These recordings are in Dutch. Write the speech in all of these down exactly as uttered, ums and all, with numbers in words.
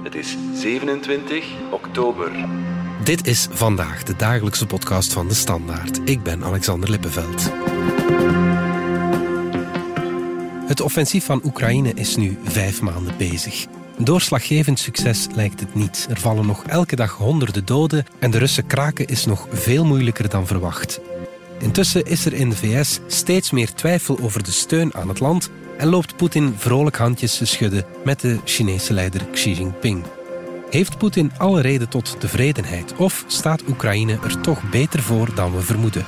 Het is zevenentwintig oktober. Dit is Vandaag, de dagelijkse podcast van De Standaard. Ik ben Alexander Lippenveld. Het offensief van Oekraïne is nu vijf maanden bezig. Een doorslaggevend succes lijkt het niet. Er vallen nog elke dag honderden doden en de Russen kraken is nog veel moeilijker dan verwacht. Intussen is er in de V S steeds meer twijfel over de steun aan het land en loopt Poetin vrolijk handjes te schudden met de Chinese leider Xi Jinping. Heeft Poetin alle reden tot tevredenheid of staat Oekraïne er toch beter voor dan we vermoeden?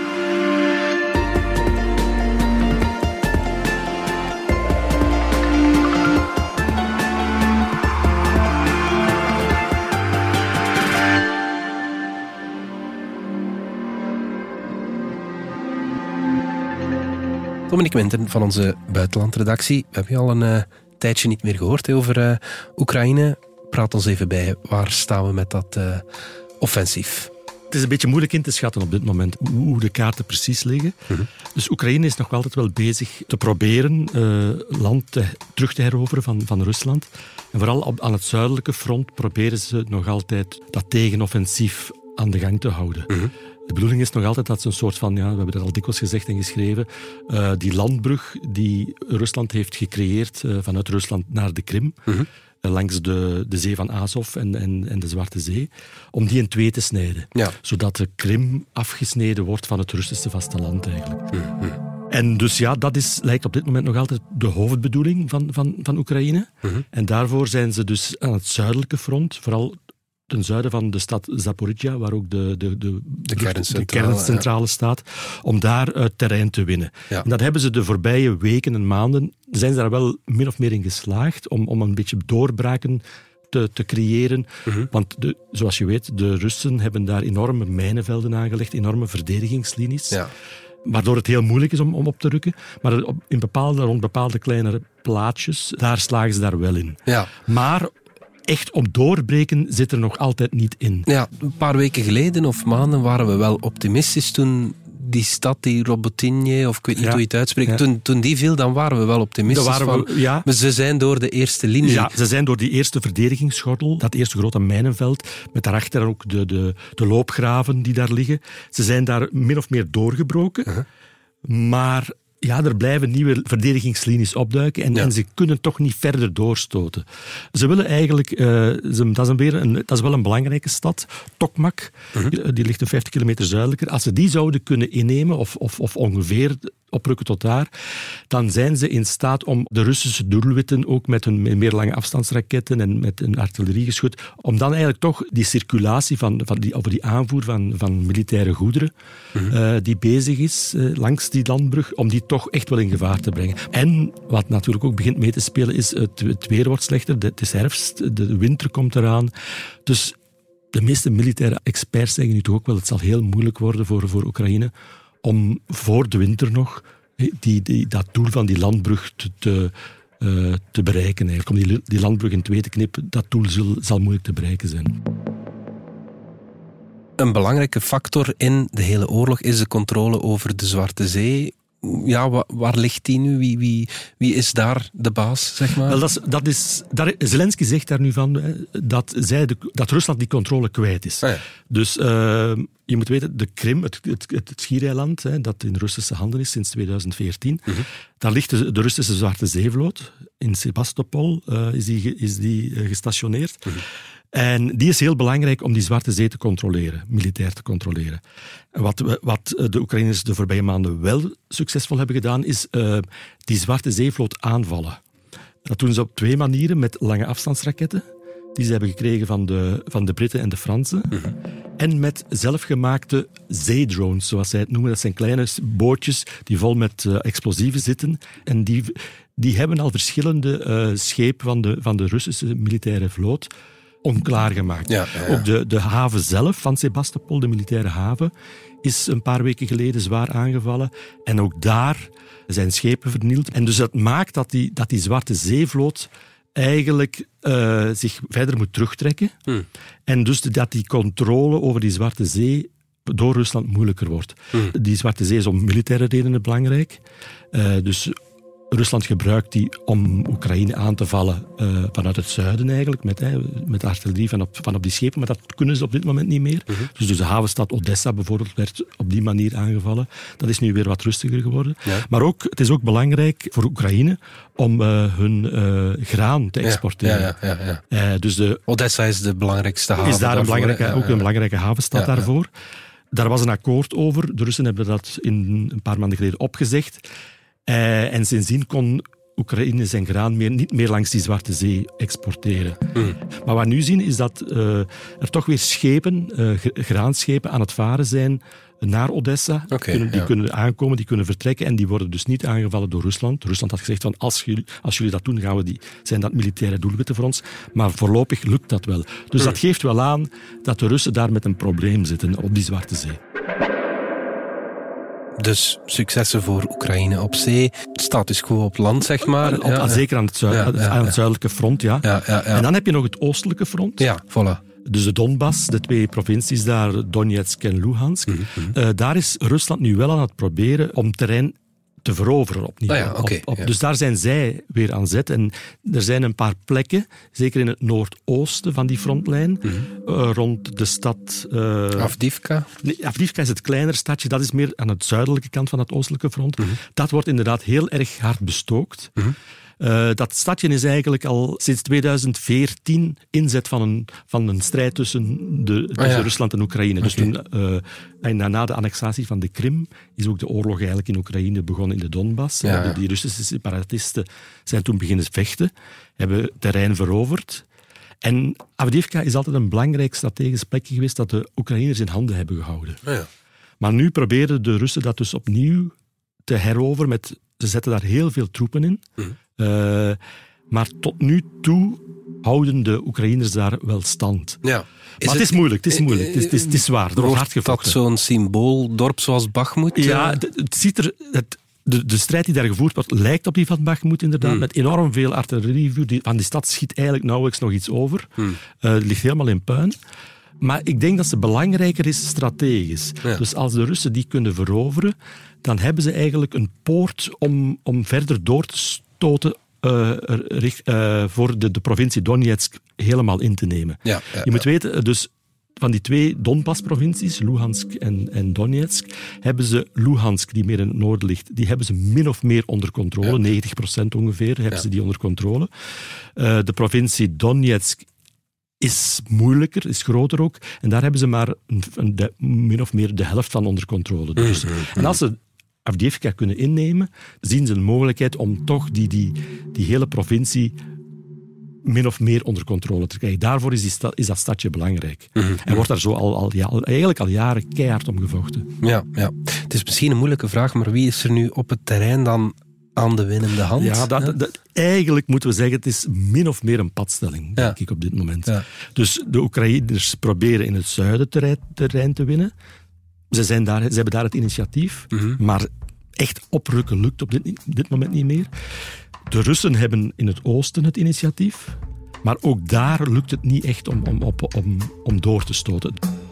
Dominique Winter van onze buitenlandredactie. We hebben je al een uh, tijdje niet meer gehoord he, over uh, Oekraïne. Praat ons even bij. Waar staan we met dat uh, offensief? Het is een beetje moeilijk in te schatten op dit moment hoe de kaarten precies liggen. Mm-hmm. Dus Oekraïne is nog altijd wel bezig te proberen uh, land te, terug te heroveren van, van Rusland. En vooral op, aan het zuidelijke front proberen ze nog altijd dat tegenoffensief aan de gang te houden. Mm-hmm. De bedoeling is nog altijd dat ze een soort van, ja, we hebben dat al dikwijls gezegd en geschreven, uh, die landbrug die Rusland heeft gecreëerd uh, vanuit Rusland naar de Krim, mm-hmm. uh, langs de, de zee van Azov en, en, en de Zwarte Zee, om die in twee te snijden. Ja. Zodat de Krim afgesneden wordt van het Russische vasteland eigenlijk. Mm-hmm. En dus ja, dat is, lijkt op dit moment nog altijd de hoofdbedoeling van, van, van Oekraïne. Mm-hmm. En daarvoor zijn ze dus aan het zuidelijke front, vooral ten zuiden van de stad Zaporizhia, waar ook de, de, de, de kerncentrale, de kerncentrale ja. staat, om daar uh, terrein te winnen. Ja. En dat hebben ze de voorbije weken en maanden, zijn ze daar wel min of meer in geslaagd, om, om een beetje doorbraken te, te creëren. Uh-huh. Want de, zoals je weet, de Russen hebben daar enorme mijnenvelden aangelegd, enorme verdedigingslinies. Ja. Waardoor het heel moeilijk is om, om op te rukken. Maar op, in bepaalde, rond bepaalde kleinere plaatsjes, daar slagen ze daar wel in. Ja. Maar echt om doorbreken zit er nog altijd niet in. Ja, een paar weken geleden of maanden waren we wel optimistisch toen die stad, die Robotyne, of ik weet niet ja. hoe je het uitspreekt, ja. toen, toen die viel, dan waren we wel optimistisch. Waren we, van, ja. Maar ze zijn door de eerste linie. Ja, ze zijn door die eerste verdedigingsgordel, dat eerste grote mijnenveld, met daarachter ook de, de, de loopgraven die daar liggen. Ze zijn daar min of meer doorgebroken. Uh-huh. Maar ja, er blijven nieuwe verdedigingslinies opduiken en, ja. en ze kunnen toch niet verder doorstoten. Ze willen eigenlijk, uh, ze, dat, is een weer een, dat is wel een belangrijke stad, Tokmak, uh-huh. die ligt een vijftig kilometer zuidelijker. Als ze die zouden kunnen innemen, of, of, of ongeveer oprukken tot daar, dan zijn ze in staat om de Russische doelwitten, ook met hun meer lange afstandsraketten en met een artilleriegeschut, om dan eigenlijk toch die circulatie van, van die, over die aanvoer van, van militaire goederen, uh-huh. uh, die bezig is uh, langs die landbrug, om die toch echt wel in gevaar te brengen. En wat natuurlijk ook begint mee te spelen is, het, het weer wordt slechter, het is herfst, de winter komt eraan. Dus de meeste militaire experts zeggen nu toch ook wel, het zal heel moeilijk worden voor, voor Oekraïne om voor de winter nog die, die, dat doel van die landbrug te, te, uh, te bereiken. Eigenlijk. Om die, die landbrug in twee te knippen, dat doel zal, zal moeilijk te bereiken zijn. Een belangrijke factor in de hele oorlog is de controle over de Zwarte Zee. Ja, waar, waar ligt die nu? Wie, wie, wie is daar de baas, zeg maar? Wel, dat is, dat is, daar, Zelensky zegt daar nu van hè, dat, zij de, dat Rusland die controle kwijt is. Ah, ja. Dus uh, je moet weten, de Krim, het, het, het, het schiereiland, hè, dat in Russische handen is sinds tweeduizend veertien, uh-huh. daar ligt de, de Russische Zwarte Zeevloot. In Sebastopol uh, is die, is die uh, gestationeerd. Uh-huh. En die is heel belangrijk om die Zwarte Zee te controleren, militair te controleren. Wat, wat de Oekraïners de voorbije maanden wel succesvol hebben gedaan, is uh, die Zwarte Zeevloot aanvallen. Dat doen ze op twee manieren, met lange afstandsraketten, die ze hebben gekregen van de, van de Britten en de Fransen, mm-hmm. en met zelfgemaakte zeedrones, zoals zij het noemen. Dat zijn kleine bootjes die vol met uh, explosieven zitten, en die, die hebben al verschillende uh, schepen van de, van de Russische militaire vloot onklaargemaakt. Ja, ja, ja. Ook de, de haven zelf van Sebastopol, de militaire haven, is een paar weken geleden zwaar aangevallen. En ook daar zijn schepen vernield. En dus dat maakt dat die, dat die Zwarte Zeevloot eigenlijk uh, zich verder moet terugtrekken. Hmm. En dus dat die controle over die Zwarte Zee door Rusland moeilijker wordt. Hmm. Die Zwarte Zee is om militaire redenen belangrijk. Uh, dus Rusland gebruikt die om Oekraïne aan te vallen uh, vanuit het zuiden eigenlijk, met, uh, met artillerie van op, van op die schepen, maar dat kunnen ze op dit moment niet meer. Uh-huh. Dus, dus de havenstad Odessa bijvoorbeeld werd op die manier aangevallen. Dat is nu weer wat rustiger geworden. Ja. Maar ook, het is ook belangrijk voor Oekraïne om uh, hun uh, graan te exporteren. Ja, ja, ja, ja. Uh, dus de, Odessa is de belangrijkste haven. Is daar een belangrijke, ja, ja, ja. ook een belangrijke havenstad ja, daarvoor. Ja. Daar was een akkoord over. De Russen hebben dat in een paar maanden geleden opgezegd. Uh, en sindsdien kon Oekraïne zijn graan meer, niet meer langs die Zwarte Zee exporteren. Mm. Maar wat we nu zien is dat uh, er toch weer schepen, uh, graanschepen aan het varen zijn naar Odessa. Okay, kunnen, die ja. kunnen aankomen, die kunnen vertrekken en die worden dus niet aangevallen door Rusland. Rusland had gezegd van als jullie, als jullie dat doen, gaan we die, zijn dat militaire doelwitten voor ons. Maar voorlopig lukt dat wel. Dus mm. dat geeft wel aan dat de Russen daar met een probleem zitten op die Zwarte Zee. Dus successen voor Oekraïne op zee, status quo op land, zeg maar. Op, ja, zeker aan het, zuid, ja, ja, aan het zuidelijke front, ja. Ja, ja, ja. En dan heb je nog het oostelijke front. Ja, voilà. Dus de Donbass, de twee provincies daar, Donetsk en Luhansk. Mm-hmm. Uh, daar is Rusland nu wel aan het proberen om terrein te veroveren opnieuw. Oh ja, okay, op, op, ja. Dus daar zijn zij weer aan zet. En er zijn een paar plekken, zeker in het noordoosten van die frontlijn, mm-hmm. uh, rond de stad... Uh, Avdiivka? Nee, Avdiivka is het kleinere stadje, dat is meer aan de zuidelijke kant van het oostelijke front. Mm-hmm. Dat wordt inderdaad heel erg hard bestookt. Mm-hmm. Uh, dat stadje is eigenlijk al sinds tweeduizend veertien inzet van een, van een strijd tussen, de, tussen oh ja. Rusland en Oekraïne. Okay. Dus toen, uh, en na de annexatie van de Krim is ook de oorlog eigenlijk in Oekraïne begonnen in de Donbass. Ja, ja. Die Russische separatisten zijn toen beginnen vechten, hebben terrein veroverd. En Avdiivka is altijd een belangrijk strategisch plekje geweest dat de Oekraïners in handen hebben gehouden. Oh ja. Maar nu proberen de Russen dat dus opnieuw te heroveren. Met, ze zetten daar heel veel troepen in. Mm. Uh, maar tot nu toe houden de Oekraïners daar wel stand. Ja. Maar het, het is moeilijk, het is moeilijk, het is, het is, het is zwaar. Er wordt hard gevochten. Dat zo'n symbooldorp zoals Bakhmut? Ja, het, het ziet er... Het, de, de strijd die daar gevoerd wordt lijkt op die van Bakhmut inderdaad, mm. met enorm veel artillerievuur. Die, van die stad schiet eigenlijk nauwelijks nog iets over. Mm. Uh, het ligt helemaal in puin. Maar ik denk dat ze belangrijker is strategisch. Ja. Dus als de Russen die kunnen veroveren, dan hebben ze eigenlijk een poort om, om verder door te stoten uh, richt, uh, voor de, de provincie Donetsk helemaal in te nemen. Ja, ja, Je moet ja. weten, dus van die twee Donbass-provincies, Luhansk en, en Donetsk, hebben ze Luhansk, die meer in het noorden ligt, die hebben ze min of meer onder controle. Ja. negentig procent ongeveer hebben ja. ze die onder controle. Uh, de provincie Donetsk is moeilijker, is groter ook. En daar hebben ze maar een, een, de, min of meer de helft van onder controle. Dus. Mm-hmm. En als ze Avdiivka kunnen innemen, zien ze een mogelijkheid om toch die, die, die hele provincie min of meer onder controle te krijgen. Daarvoor is, die sta, is dat stadje belangrijk. Mm-hmm. En wordt daar zo al, al, ja, eigenlijk al jaren keihard om gevochten. Ja, ja, het is misschien een moeilijke vraag, maar wie is er nu op het terrein dan aan de winnende hand? Ja, dat, dat, dat, eigenlijk moeten we zeggen, het is min of meer een padstelling, ja. denk ik, op dit moment. Ja. Dus de Oekraïners proberen in het zuiden terrein, terrein te winnen. Ze, zijn daar, ze hebben daar het initiatief, mm-hmm. maar echt oprukken lukt op dit, dit moment niet meer. De Russen hebben in het oosten het initiatief, maar ook daar lukt het niet echt om, om, om, om, om door te stoten.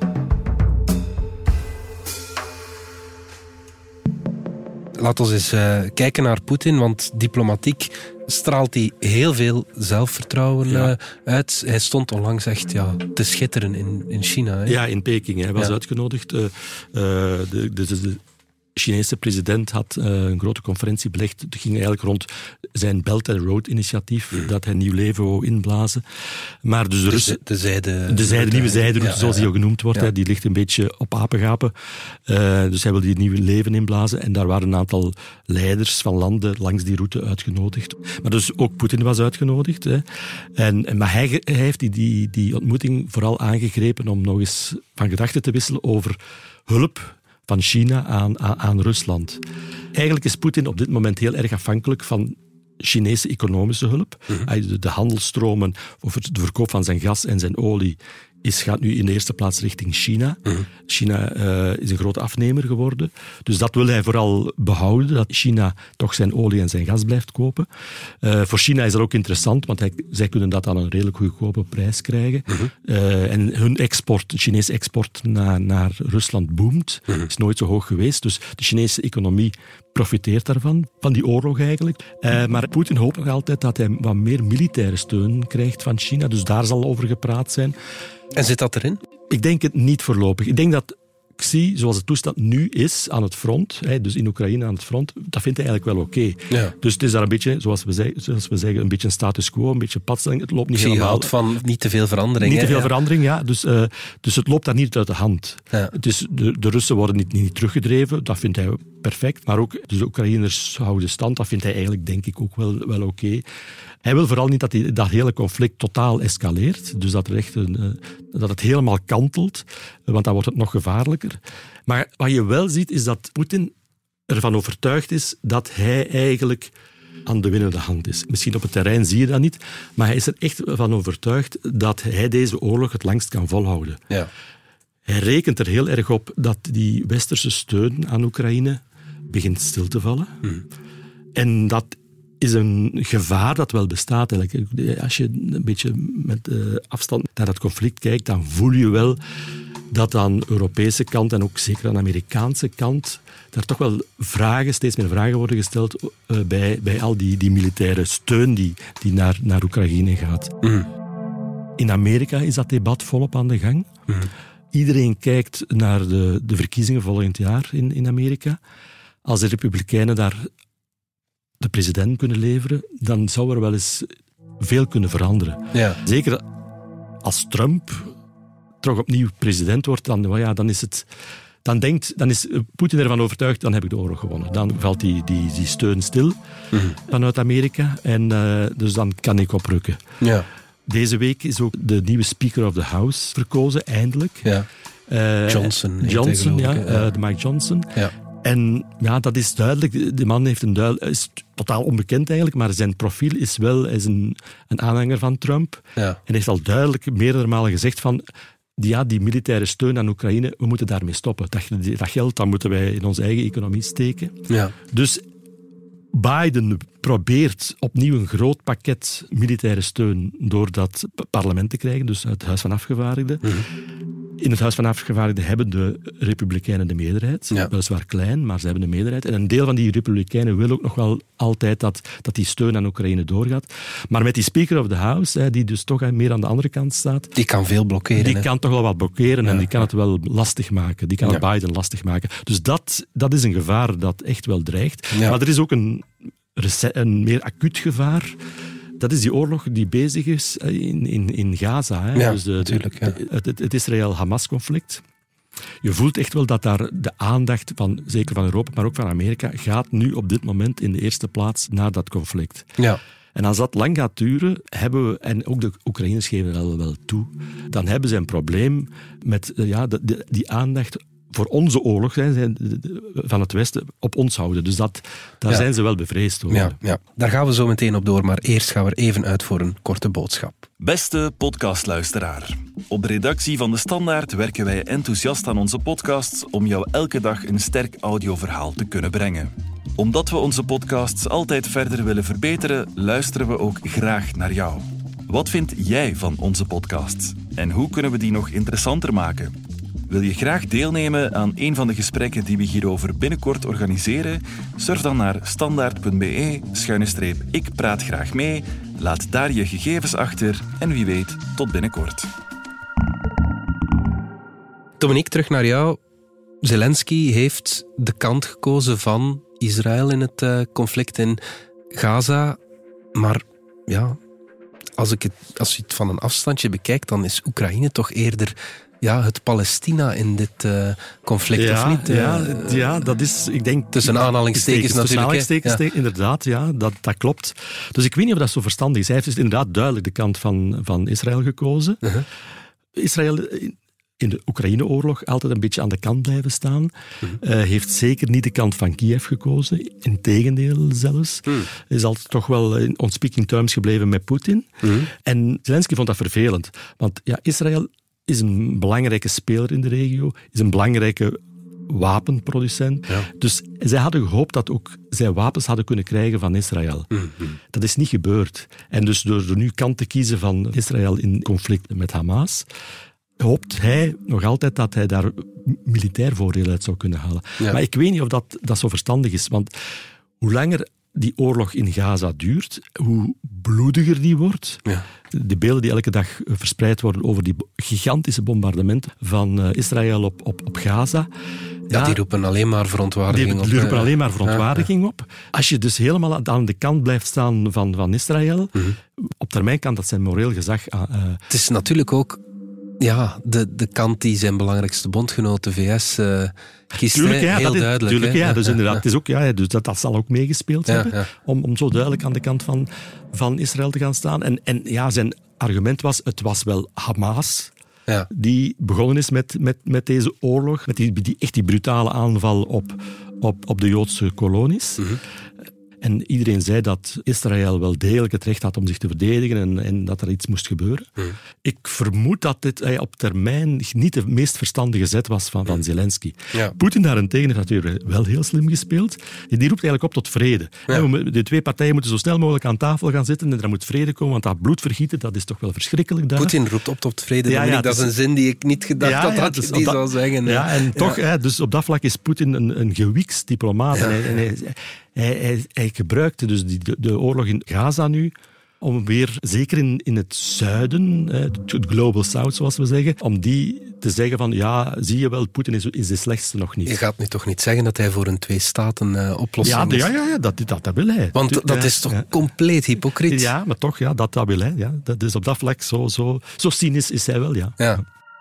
Laten we eens uh, kijken naar Poetin, want diplomatiek straalt hij heel veel zelfvertrouwen ja. uh, uit. Hij stond onlangs echt ja, te schitteren in, in China. Hè? Ja, in Peking. Hij was ja. uitgenodigd. Uh, uh, de, de, de, de Chinese president had uh, een grote conferentie belegd. Het ging eigenlijk rond zijn Belt and Road initiatief, mm. dat hij nieuw leven wou inblazen. Maar dus de, Russen, de, zijde, de, zijde, de nieuwe zijderoute, ja, zoals ja, die ook genoemd wordt, ja. hè, die ligt een beetje op apengapen. Uh, dus hij wilde die nieuwe leven inblazen. En daar waren een aantal leiders van landen langs die route uitgenodigd. Maar dus ook Poetin was uitgenodigd. Hè. En, en, maar hij, hij heeft die, die, die ontmoeting vooral aangegrepen om nog eens van gedachten te wisselen over hulp van China aan, aan, aan Rusland. Eigenlijk is Poetin op dit moment heel erg afhankelijk van Chinese economische hulp. Mm-hmm. De, de handelstromen, of de verkoop van zijn gas en zijn olie, is, gaat nu in de eerste plaats richting China. Mm. China uh, is een grote afnemer geworden. Dus dat wil hij vooral behouden, dat China toch zijn olie en zijn gas blijft kopen. Uh, voor China is dat ook interessant, want hij, zij kunnen dat aan een redelijk goedkope prijs krijgen. Mm-hmm. Uh, en hun export, de Chinese export naar, naar Rusland boomt. Mm-hmm. Is nooit zo hoog geweest. Dus de Chinese economie profiteert daarvan, van die oorlog eigenlijk. Uh, maar Poetin hoopt nog altijd dat hij wat meer militaire steun krijgt van China. Dus daar zal over gepraat zijn. En zit dat erin? Ik denk het niet voorlopig. Ik denk dat Xi, zoals de toestand nu is aan het front, dus in Oekraïne aan het front, dat vindt hij eigenlijk wel oké. Okay. Ja. Dus het is daar een beetje, zoals we, zeggen, zoals we zeggen, een beetje een status quo, een beetje padstelling. Het loopt niet Xi helemaal. houdt van niet te veel verandering. Niet te veel ja. verandering, ja. Dus, uh, dus het loopt daar niet uit de hand. Ja. Het is, de, de Russen worden niet, niet teruggedreven, dat vindt hij perfect. Maar ook dus de Oekraïners houden stand, dat vindt hij eigenlijk, denk ik, ook wel, wel oké. Okay. Hij wil vooral niet dat die, dat hele conflict totaal escaleert. Dus dat, er echt een, uh, dat het helemaal kantelt, want dan wordt het nog gevaarlijker. Maar wat je wel ziet, is dat Poetin ervan overtuigd is dat hij eigenlijk aan de winnende hand is. Misschien op het terrein zie je dat niet, maar hij is er echt van overtuigd dat hij deze oorlog het langst kan volhouden. Ja. Hij rekent er heel erg op dat die westerse steun aan Oekraïne begint stil te vallen. Hmm. En dat is een gevaar dat wel bestaat. Eigenlijk. Als je een beetje met uh, afstand naar dat conflict kijkt, dan voel je wel dat aan de Europese kant en ook zeker aan de Amerikaanse kant er toch wel vragen, steeds meer vragen worden gesteld uh, bij, bij al die, die militaire steun die, die naar, naar Oekraïne gaat. Mm. In Amerika is dat debat volop aan de gang. Mm. Iedereen kijkt naar de, de verkiezingen volgend jaar in, in Amerika. Als de Republikeinen daar de president kunnen leveren, dan zou er wel eens veel kunnen veranderen. Ja. Zeker als Trump toch opnieuw president wordt, dan, well ja, dan is het... Dan, denkt, dan is Poetin ervan overtuigd, dan heb ik de oorlog gewonnen. Dan valt die, die, die steun stil mm-hmm. vanuit Amerika en uh, dus dan kan ik oprukken. Ja. Deze week is ook de nieuwe Speaker of the House verkozen, eindelijk. Ja. Uh, Johnson. Johnson, ja, uh, de Mike Johnson. Ja. En ja, dat is duidelijk. De man heeft een duidelijk, is totaal onbekend eigenlijk, maar zijn profiel is wel is een, een aanhanger van Trump. Ja. En heeft al duidelijk meerdere malen gezegd van... Die, ja, die militaire steun aan Oekraïne, we moeten daarmee stoppen. Dat, dat geld dat moeten wij in onze eigen economie steken. Ja. Dus Biden probeert opnieuw een groot pakket militaire steun door dat parlement te krijgen, dus uit het Huis van Afgevaardigden. Mm-hmm. In het Huis van Afgevaardigden hebben de Republikeinen de meerderheid. Ja. Weliswaar klein, maar ze hebben de meerderheid. En een deel van die Republikeinen wil ook nog wel altijd dat, dat die steun aan Oekraïne doorgaat. Maar met die Speaker of the House, die dus toch meer aan de andere kant staat... Die kan veel blokkeren. Die hè? kan toch wel wat blokkeren ja. en die kan het wel lastig maken. Die kan ja. het Biden lastig maken. Dus dat, dat is een gevaar dat echt wel dreigt. Ja. Maar er is ook een, een meer acuut gevaar... Dat is die oorlog die bezig is in, in, in Gaza. Hè. Ja, dus de, natuurlijk. Ja. Het, het, het Israël-Hamas-conflict. Je voelt echt wel dat daar de aandacht, van, zeker van Europa, maar ook van Amerika, gaat nu op dit moment in de eerste plaats naar dat conflict. Ja. En als dat lang gaat duren, hebben we, en ook de Oekraïners geven dat wel toe, dan hebben ze een probleem met ja, de, de, die aandacht voor onze oorlog hè, van het Westen op ons houden. Dus dat, daar ja. zijn ze wel bevreesd over. Ja, ja. Daar gaan we zo meteen op door, maar eerst gaan we er even uit voor een korte boodschap. Beste podcastluisteraar. Op de redactie van De Standaard werken wij enthousiast aan onze podcasts om jou elke dag een sterk audioverhaal te kunnen brengen. Omdat we onze podcasts altijd verder willen verbeteren, luisteren we ook graag naar jou. Wat vind jij van onze podcasts? En hoe kunnen we die nog interessanter maken? Wil je graag deelnemen aan een van de gesprekken die we hierover binnenkort organiseren? Surf dan naar standaard.be schuine streep ik praat graag mee, laat daar je gegevens achter en wie weet, tot binnenkort. Dominique, terug naar jou. Zelensky heeft de kant gekozen van Israël in het uh, conflict in Gaza, maar ja, als, ik het, als je het van een afstandje bekijkt, dan is Oekraïne toch eerder... Ja, het Palestina in dit uh, conflict, ja, of niet? Uh, ja, ja, dat is, ik denk... Tussen aanhalingstekens natuurlijk. Tussen aanhalingstekens, ja. inderdaad, ja, dat, dat klopt. Dus ik weet niet of dat zo verstandig is. Hij heeft dus inderdaad duidelijk de kant van, van Israël gekozen. Uh-huh. Israël in de Oekraïne-oorlog altijd een beetje aan de kant blijven staan. Uh-huh. Uh, heeft zeker niet de kant van Kiev gekozen. Integendeel zelfs. Uh-huh. Is altijd toch wel in on speaking terms gebleven met Poetin. Uh-huh. En Zelensky vond dat vervelend. Want ja, Israël... is een belangrijke speler in de regio, is een belangrijke wapenproducent. Ja. Dus zij hadden gehoopt dat ook zij wapens hadden kunnen krijgen van Israël. Mm-hmm. Dat is niet gebeurd. En dus door, door nu kant te kiezen van Israël in conflict met Hamas, hoopt hij nog altijd dat hij daar militair voordeel uit zou kunnen halen. Ja. Maar ik weet niet of dat, dat zo verstandig is, want hoe langer die oorlog in Gaza duurt, hoe bloediger die wordt. Ja. De beelden die elke dag verspreid worden over die gigantische bombardementen van Israël op, op, op Gaza. Ja, ja, die roepen alleen maar verontwaardiging die, op. Die roepen alleen maar verontwaardiging ja, ja. op. Als je dus helemaal aan de kant blijft staan van, van Israël, mm-hmm. op termijn kan dat zijn moreel gezag... Uh, het is natuurlijk ook ja, de, de kant die zijn belangrijkste bondgenoot, de V S, uh, kiest. Tuurlijk, ja, heel dat is, duidelijk. Tuurlijk, ja, ja, dus ja, inderdaad, ja. het is ook, ja, dus dat, dat zal ook meegespeeld ja, hebben, ja. Om, om zo duidelijk aan de kant van, van Israël te gaan staan. En, en ja, zijn argument was, het was wel Hamas... Ja. Die begonnen is met, met, met deze oorlog, met die, die, echt die brutale aanval op, op, op de Joodse kolonies. Mm-hmm. En iedereen zei dat Israël wel degelijk het recht had om zich te verdedigen en, en dat er iets moest gebeuren. Mm. Ik vermoed dat dit eh, op termijn niet de meest verstandige zet was van, van Zelensky. Ja. Poetin daarentegen heeft natuurlijk wel heel slim gespeeld. Die roept eigenlijk op tot vrede. Ja. De twee partijen moeten zo snel mogelijk aan tafel gaan zitten en er moet vrede komen, want dat bloedvergieten, dat is toch wel verschrikkelijk daar. Poetin roept op tot vrede. Ja, ja, dat is een zin die ik niet gedacht ja, had dat ja, dus die zou zeggen. Ja, en ja. toch, hè, dus op dat vlak is Poetin een, een gewiks diplomaat. Ja. En hij, en hij, Hij, hij, hij gebruikte dus die, de, de oorlog in Gaza nu om weer, zeker in, in het zuiden, het Global South zoals we zeggen, om die te zeggen van ja, zie je wel, Poetin is, is de slechtste nog niet. Je gaat nu toch niet zeggen dat hij voor een twee-staten-oplossing uh, ja, is? Ja, ja, ja dat, dat, dat wil hij. Want dat ja, is toch ja. compleet hypocriet? Ja, maar toch, ja, dat, dat wil hij. Ja. Dat is op dat vlak zo, zo, zo cynisch is hij wel, ja. ja.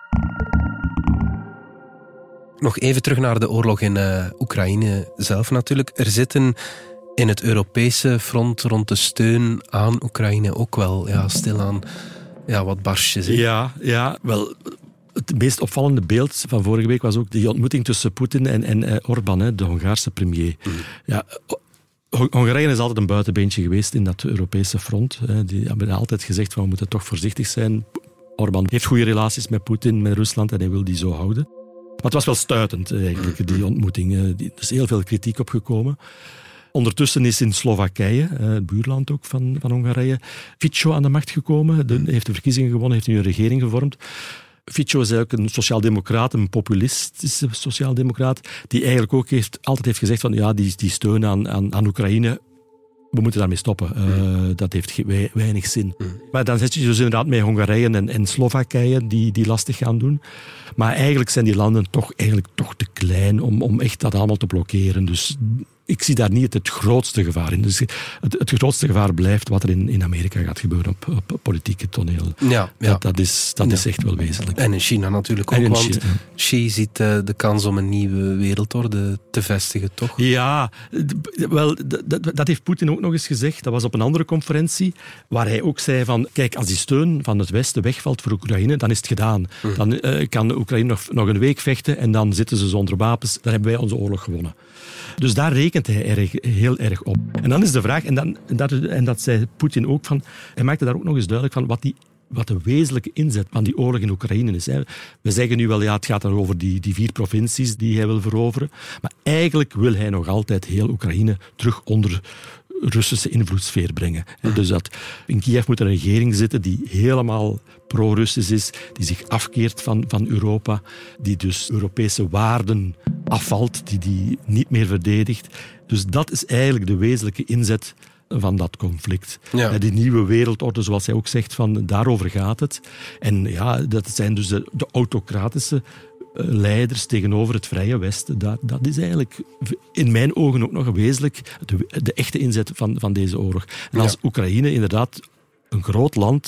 Nog even terug naar de oorlog in uh, Oekraïne zelf natuurlijk. Er zitten in het Europese front rond de steun aan Oekraïne ook wel ja, stilaan ja, wat barstjes. Hè? Ja, ja, wel... Het meest opvallende beeld van vorige week was ook die ontmoeting tussen Poetin en, en uh, Orbán, hè, de Hongaarse premier. Mm. Ja, Hongarije is altijd een buitenbeentje geweest in dat Europese front. Hè. Die hebben altijd gezegd van we moeten toch voorzichtig zijn. Orbán heeft goede relaties met Poetin, met Rusland en hij wil die zo houden. Maar het was wel stuitend eigenlijk, die ontmoeting. Er is heel veel kritiek op gekomen. Ondertussen is in Slowakije, het buurland ook van, van Hongarije, Fico aan de macht gekomen. De, heeft de verkiezingen gewonnen, heeft nu een regering gevormd. Fico is eigenlijk een sociaaldemocraat, een populistische sociaaldemocraat, die eigenlijk ook heeft, altijd heeft gezegd van ja, die, die steun aan, aan, aan Oekraïne, we moeten daarmee stoppen. Uh, dat heeft weinig zin. Mm. Maar dan zit je dus inderdaad met Hongarije en, en Slowakije die, die lastig gaan doen. Maar eigenlijk zijn die landen toch, eigenlijk toch te klein om, om echt dat allemaal te blokkeren. Dus ik zie daar niet het grootste gevaar in. Dus het, het grootste gevaar blijft wat er in, in Amerika gaat gebeuren op, op politieke toneel. Ja, ja. Dat, dat, is, dat ja. is echt wel wezenlijk. En in China natuurlijk ook, want China, ja. Xi ziet uh, de kans om een nieuwe wereldorde te vestigen, toch? Ja, wel, dat, dat heeft Poetin ook nog eens gezegd. Dat was op een andere conferentie, waar hij ook zei van, kijk, als die steun van het Westen wegvalt voor Oekraïne, dan is het gedaan. Mm. Dan uh, kan Oekraïne nog, nog een week vechten en dan zitten ze zonder wapens. Dan hebben wij onze oorlog gewonnen. Dus daar rekent hij erg, heel erg op. En dan is de vraag, en, dan, en, dat, en dat zei Poetin ook van, hij maakte daar ook nog eens duidelijk van wat, die, wat de wezenlijke inzet van die oorlog in Oekraïne is. Hè. We zeggen nu wel, ja, het gaat dan over die, die vier provincies die hij wil veroveren. Maar eigenlijk wil hij nog altijd heel Oekraïne terug onder Russische invloedssfeer brengen. Mm. Dus dat in Kiev moet een regering zitten die helemaal pro-Russisch is, die zich afkeert van, van Europa, die dus Europese waarden afvalt, die die niet meer verdedigt. Dus dat is eigenlijk de wezenlijke inzet van dat conflict. Ja. Die nieuwe wereldorde, zoals hij ook zegt, van, daarover gaat het. En ja, dat zijn dus de, de autocratische leiders tegenover het vrije Westen. Dat, dat is eigenlijk in mijn ogen ook nog wezenlijk de, de echte inzet van, van deze oorlog. En als ja. Oekraïne inderdaad een groot land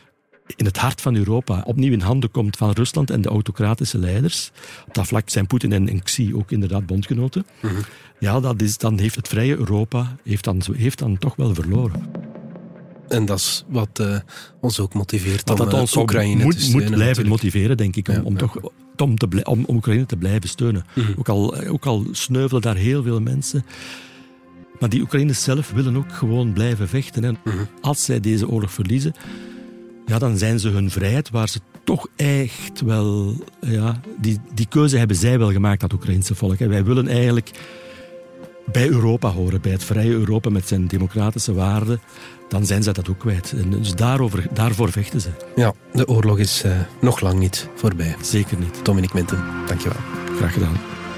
in het hart van Europa opnieuw in handen komt van Rusland en de autocratische leiders, op dat vlak zijn Poetin en, en Xi ook inderdaad bondgenoten, mm-hmm. ja, dat is, dan heeft het vrije Europa heeft dan, heeft dan toch wel verloren. En dat is wat uh, ons ook motiveert om dat ons uh, Oekraïne moet, te steunen. moet blijven natuurlijk. motiveren, denk ik, om, ja, om, ja. Toch, om, te, om, om Oekraïne te blijven steunen. Mm-hmm. Ook, al, ook al sneuvelen daar heel veel mensen. Maar die Oekraïners zelf willen ook gewoon blijven vechten. En mm-hmm. als zij deze oorlog verliezen, ja, dan zijn ze hun vrijheid, waar ze toch echt wel... Ja, die, die keuze hebben zij wel gemaakt, dat Oekraïense volk. Wij willen eigenlijk bij Europa horen, bij het vrije Europa met zijn democratische waarden. Dan zijn ze dat ook kwijt. En dus daarover, daarvoor vechten ze. Ja, de oorlog is uh, nog lang niet voorbij. Zeker niet. Dominic Minten, dankjewel. Graag gedaan.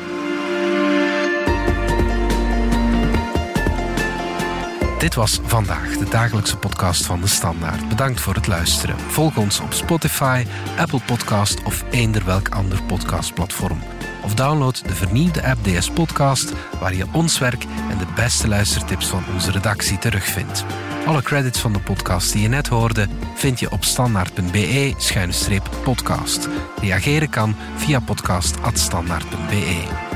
Dit was Vandaag, de dagelijkse podcast van De Standaard. Bedankt voor het luisteren. Volg ons op Spotify, Apple Podcast of eender welk ander podcastplatform. Of download de vernieuwde app D S Podcast, waar je ons werk en de beste luistertips van onze redactie terugvindt. Alle credits van de podcast die je net hoorde vind je op standaard.be schuine streep podcast. Reageren kan via podcast apenstaartje standaard punt be.